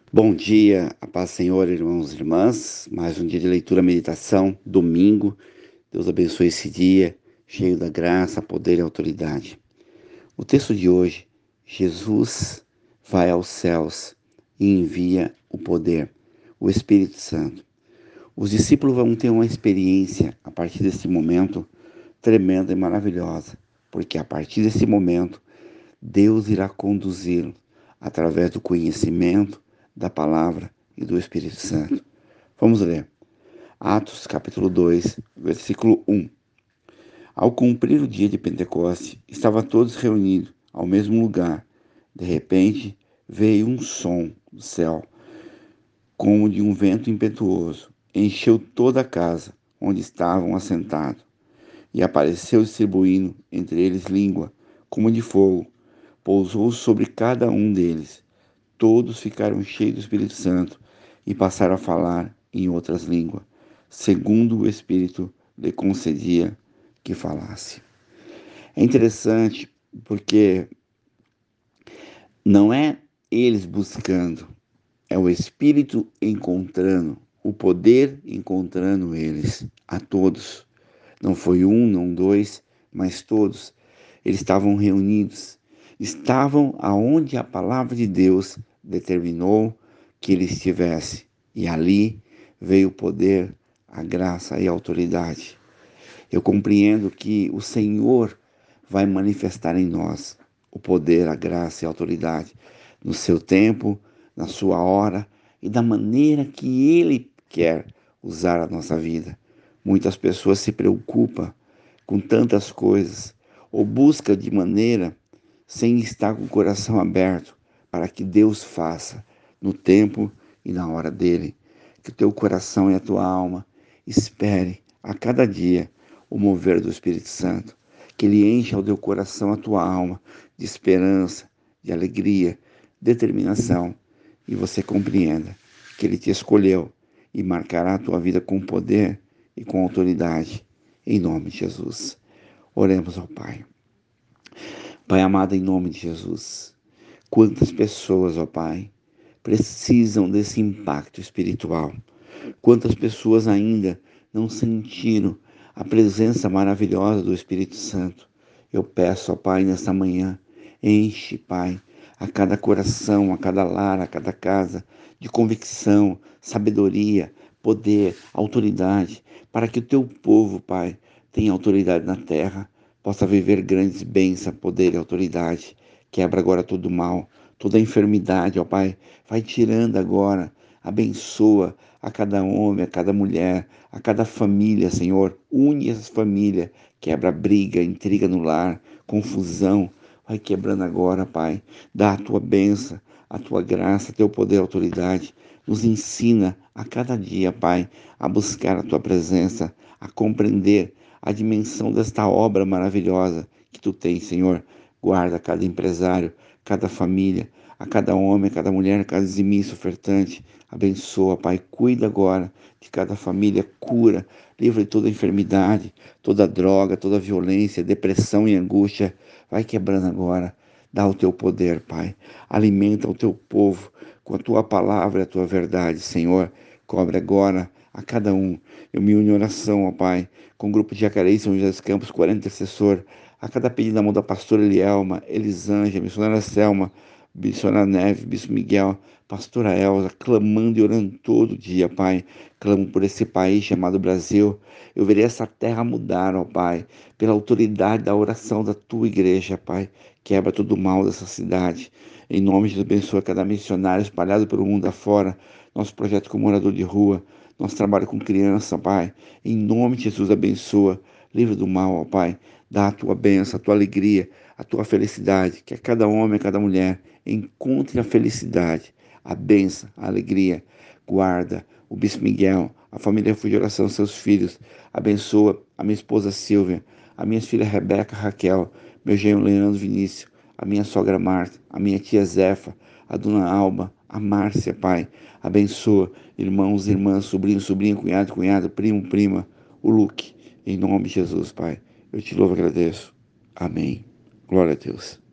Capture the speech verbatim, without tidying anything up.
Bom dia, a paz do Senhor, irmãos e irmãs. Mais um dia de leitura, meditação, domingo. Deus abençoe esse dia, cheio da graça, poder e autoridade. O texto de hoje, Jesus vai aos céus e envia o poder, o Espírito Santo. Os discípulos vão ter uma experiência a partir desse momento tremenda e maravilhosa, porque a partir desse momento Deus irá conduzi-lo através do conhecimento, da palavra e do Espírito Santo. Vamos ler. Atos capítulo dois, versículo um. Ao cumprir o dia de Pentecoste, estavam todos reunidos ao mesmo lugar. De repente, veio um som do céu, como de um vento impetuoso. Encheu toda a casa onde estavam assentados. E apareceu distribuindo entre eles língua, como de fogo. Pousou sobre cada um deles. Todos ficaram cheios do Espírito Santo e passaram a falar em outras línguas, segundo o Espírito lhe concedia que falasse. É interessante porque não é eles buscando, é o Espírito encontrando, o poder encontrando eles, a todos. Não foi um, não dois, mas todos. Eles estavam reunidos, estavam aonde a palavra de Deus determinou que ele estivesse. E ali veio o poder, a graça e a autoridade. Eu compreendo que o Senhor vai manifestar em nós o poder, a graça e a autoridade no seu tempo, na sua hora e da maneira que Ele quer usar a nossa vida. Muitas pessoas se preocupam com tantas coisas ou buscam de maneira sem estar com o coração aberto para que Deus faça no tempo e na hora dele. Que o teu coração e a tua alma espere a cada dia o mover do Espírito Santo. Que ele encha o teu coração, a tua alma de esperança, de alegria, determinação e você compreenda que ele te escolheu e marcará a tua vida com poder e com autoridade. Em nome de Jesus. Oremos ao Pai. Pai amado, em nome de Jesus, quantas pessoas, ó Pai, precisam desse impacto espiritual. Quantas pessoas ainda não sentiram a presença maravilhosa do Espírito Santo. Eu peço, ó Pai, nesta manhã, enche, Pai, a cada coração, a cada lar, a cada casa, de convicção, sabedoria, poder, autoridade, para que o teu povo, Pai, tenha autoridade na terra, possa viver grandes bênçãos, poder e autoridade. Quebra agora todo o mal, toda a enfermidade, ó Pai, vai tirando agora, abençoa a cada homem, a cada mulher, a cada família, Senhor. Une essas famílias, quebra briga, intriga no lar, confusão. Vai quebrando agora, Pai. Dá a tua bênção, a tua graça, teu poder e autoridade. Nos ensina a cada dia, Pai, a buscar a tua presença, a compreender a dimensão desta obra maravilhosa que tu tens, Senhor. Guarda cada empresário, cada família, a cada homem, a cada mulher, a cada dizimista, ofertante. Abençoa, Pai. Cuida agora de cada família, cura, livra de toda enfermidade, toda droga, toda violência, depressão e angústia. Vai quebrando agora. Dá o teu poder, Pai. Alimenta o teu povo com a tua palavra e a tua verdade, Senhor. Cobre agora a cada um. Eu me uno em oração, ó Pai, com o grupo de Jacareí, São José dos Campos, quarenta intercessor, a cada pedido da mão da pastora Elielma, Elisângela, missionária Selma, missionária Neve, Bispo Miguel, pastora Elza, clamando e orando todo dia, Pai. Clamo por esse país chamado Brasil. Eu verei essa terra mudar, ó Pai, pela autoridade da oração da tua igreja, Pai. Quebra todo o mal dessa cidade. Em nome de Jesus, abençoa cada missionário espalhado pelo mundo afora. Nosso projeto com morador de rua, nosso trabalho com criança, Pai. Em nome de Jesus, abençoa. Livra do mal, ó Pai. Dá a tua bênção, a tua alegria, a tua felicidade. Que a cada homem, a cada mulher encontre a felicidade, a bênção, a alegria. Guarda o Bispo Miguel, a família Refúgio de Oração, seus filhos. Abençoa a minha esposa Silvia, a minha filha Rebeca, Raquel, meu genro Leandro Vinícius, a minha sogra Marta, a minha tia Zefa, a dona Alba, a Márcia, Pai. Abençoa irmãos, irmãs, sobrinho, sobrinha, cunhado, cunhada, primo, prima, o Luke. Em nome de Jesus, Pai. Eu te louvo e agradeço. Amém. Glória a Deus.